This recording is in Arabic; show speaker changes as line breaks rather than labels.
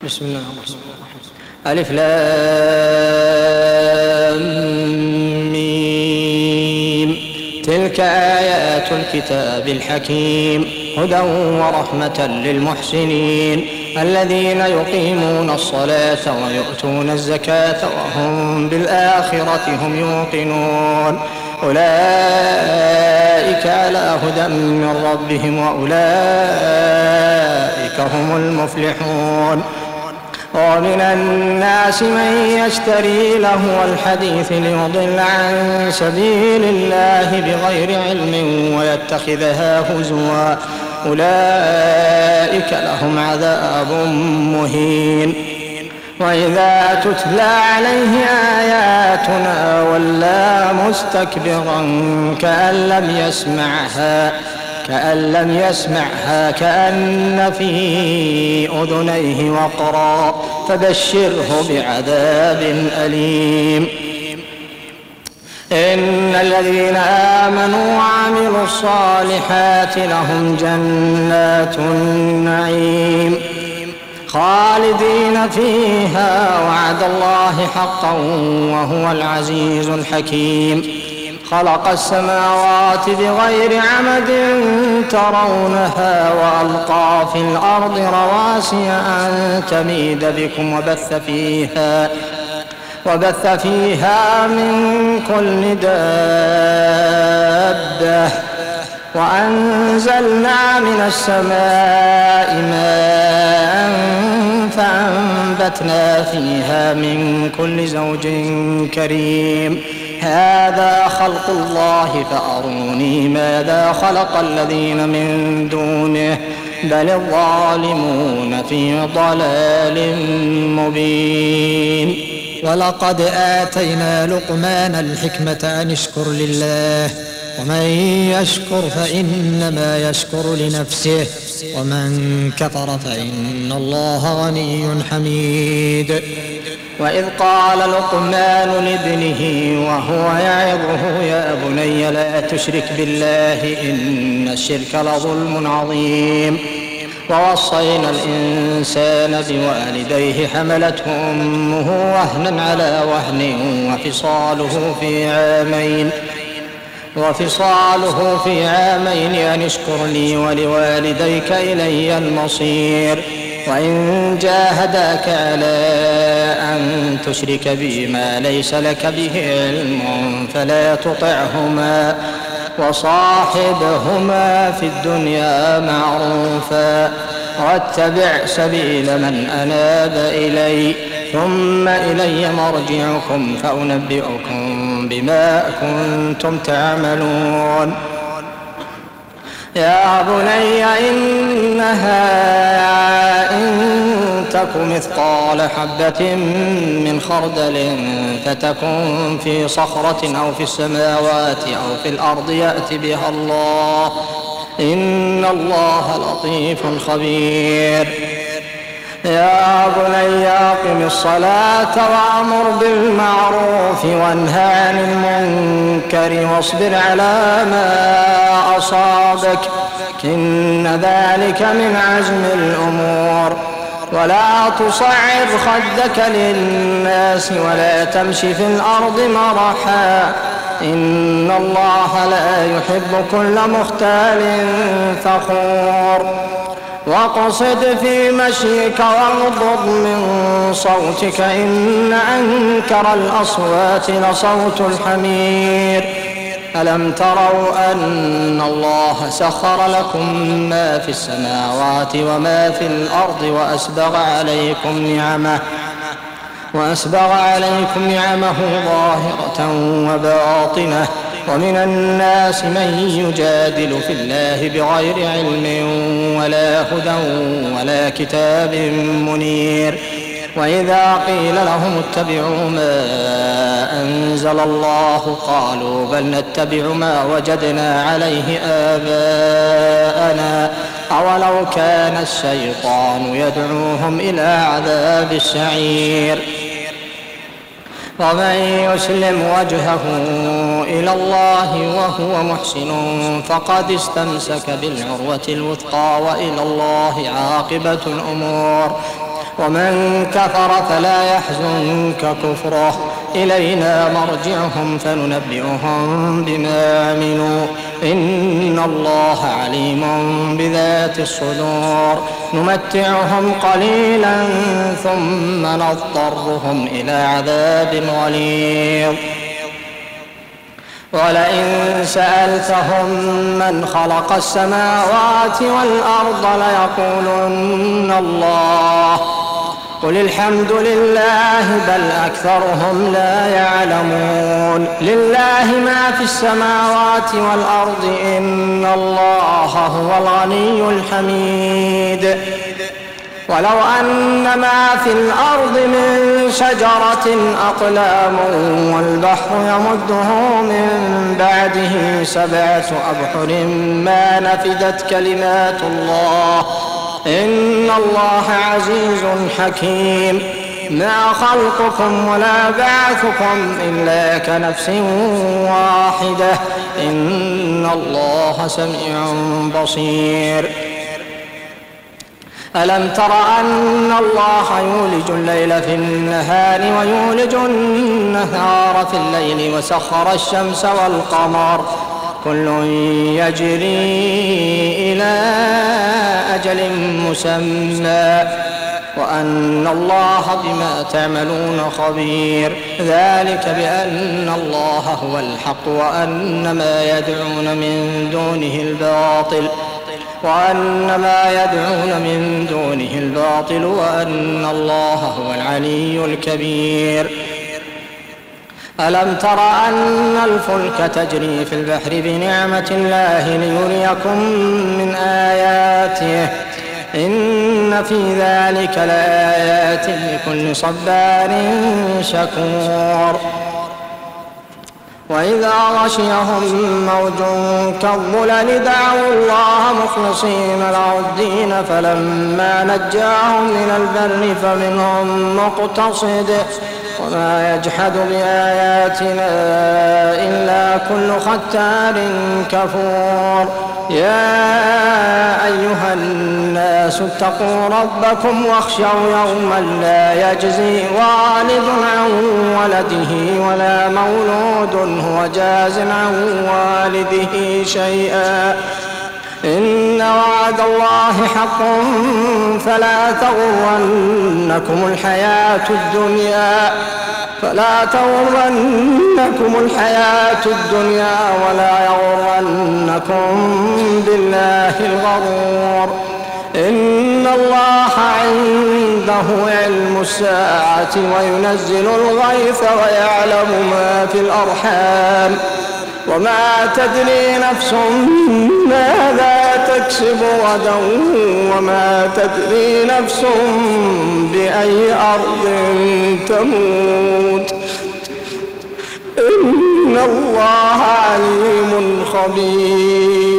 بسم الله الرحمن الرحيم. ألف لام ميم. تلك آيات الكتاب الحكيم هدى ورحمة للمحسنين الذين يقيمون الصلاة ويؤتون الزكاة وهم بالآخرة هم يوقنون أولئك على هدى من ربهم وأولئك هم المفلحون. ومن الناس من يشتري لهو الحديث ليضل عن سبيل الله بغير علم ويتخذها هزوا أولئك لهم عذاب مهين. وإذا تتلى عليه آياتنا ولى مستكبرا كأن لم يسمعها كأن في أذنيه وقرا فبشره بعذاب أليم. إن الذين آمنوا وعملوا الصالحات لهم جنات النعيم خالدين فيها وعد الله حقا وهو العزيز الحكيم. خلق السماوات بغير عمد ترونها وألقى في الأرض رواسي أن تميد بكم وبث فيها من كل دابة وأنزلنا من السماء ماء فأنبتنا فيها من كل زوج كريم. هذا خلق الله فأروني ماذا خلق الذين من دونه بل الظالمون في ضلال مبين.
ولقد آتينا لقمان الحكمة أن اشكر لله ومن يشكر فإنما يشكر لنفسه ومن كفر فإن الله غني حميد.
وإذ قال لقمان لابنه وهو يعظه يا بني لا تشرك بالله إن الشرك لظلم عظيم. ووصينا الإنسان بوالديه حملته أمه وهنا على وهن وفصاله في عامين أن اشكر لي ولوالديك إلي المصير. وإن جاهداك على أن تشرك بي ما ليس لك به علم فلا تطعهما وصاحبهما في الدنيا معروفا واتبع سبيل من أناب إلي ثم إلي مرجعكم فأنبئكم بما كنتم تعملون. يا بني إنها إن تك مثقال حبة من خردل فتكن في صخرة أو في السماوات أو في الأرض يأت بها الله إن الله لطيف خبير. يا بني أقم الصلاة وأمر بالمعروف وانه عن المنكر واصبر على ما أصابك إن ذلك من عزم الأمور. ولا تصعر خدك للناس ولا تمش في الأرض مرحا إن الله لا يحب كل مختال فخور. واقصد في مشيك واغضض من صوتك إن أنكر الأصوات لصوت الحمير. ألم تروا أن الله سخر لكم ما في السماوات وما في الأرض وأسبغ عليكم نعمه ظاهرة وباطنة ومن الناس من يجادل في الله بغير علم ولا هدى ولا كتاب منير. وإذا قيل لهم اتبعوا ما أنزل الله قالوا بل نتبع ما وجدنا عليه آباءنا أولو كان الشيطان يدعوهم إلى عذاب السعير. ومن يسلم وجهه إلى الله وهو محسن فقد استمسك بالعروة الوثقى وإلى الله عاقبة الأمور. ومن كفر فلا يحزنك كفره إلينا مرجعهم فننبئهم بما عملوا إن الله عليم بذات الصدور نمتعهم قليلا ثم نضطرهم إلى عذاب غليظ ولئن سألتهم من خلق السماوات والأرض ليقولن الله قل الحمد لله بل أكثرهم لا يعلمون لله ما في السماوات والأرض إن الله هو الغني الحميد ولو أن ما في الأرض من شجرة أقلام والبحر يمده من بعده 7 أبحر ما نفدت كلمات الله إن الله عزيز حكيم ما خلقكم ولا بعثكم إلا كنفس واحدة إن الله سميع بصير ألم تر أن الله يولج الليل في النهار ويولج النهار في الليل وسخر الشمس والقمر كل يجري إلى أجل مسمى وأن الله بما تعملون خبير ذلك بأن الله هو الحق وأن ما يدعون من دونه الباطل وأن الله هو العلي الكبير ألم تر أن الفلك تجري في البحر بنعمة الله ليريكم من آياته إن في ذلك لآيات لكل صبار شكور وإذا غشيهم موج كالظلل دعوا الله مخلصين له الدين فلما نجاهم من البر فمنهم مقتصد وما يجحد بآياتنا إلا كل ختار كفور يا أيها الناس اتقوا ربكم واخشوا يوما لا يجزي والد عن ولده ولا مولود هو جاز عن والده شيئا إن وعد الله حق فلا تغرنكم الحياة الدنيا ولا يغرنكم بالله الغرور إن الله عنده علم الساعة وينزل الغيث ويعلم ما في الأرحام وما تدري نفس ماذا تكسب غدا وما تدري نفس بأي أرض تموت إن الله عليم خبير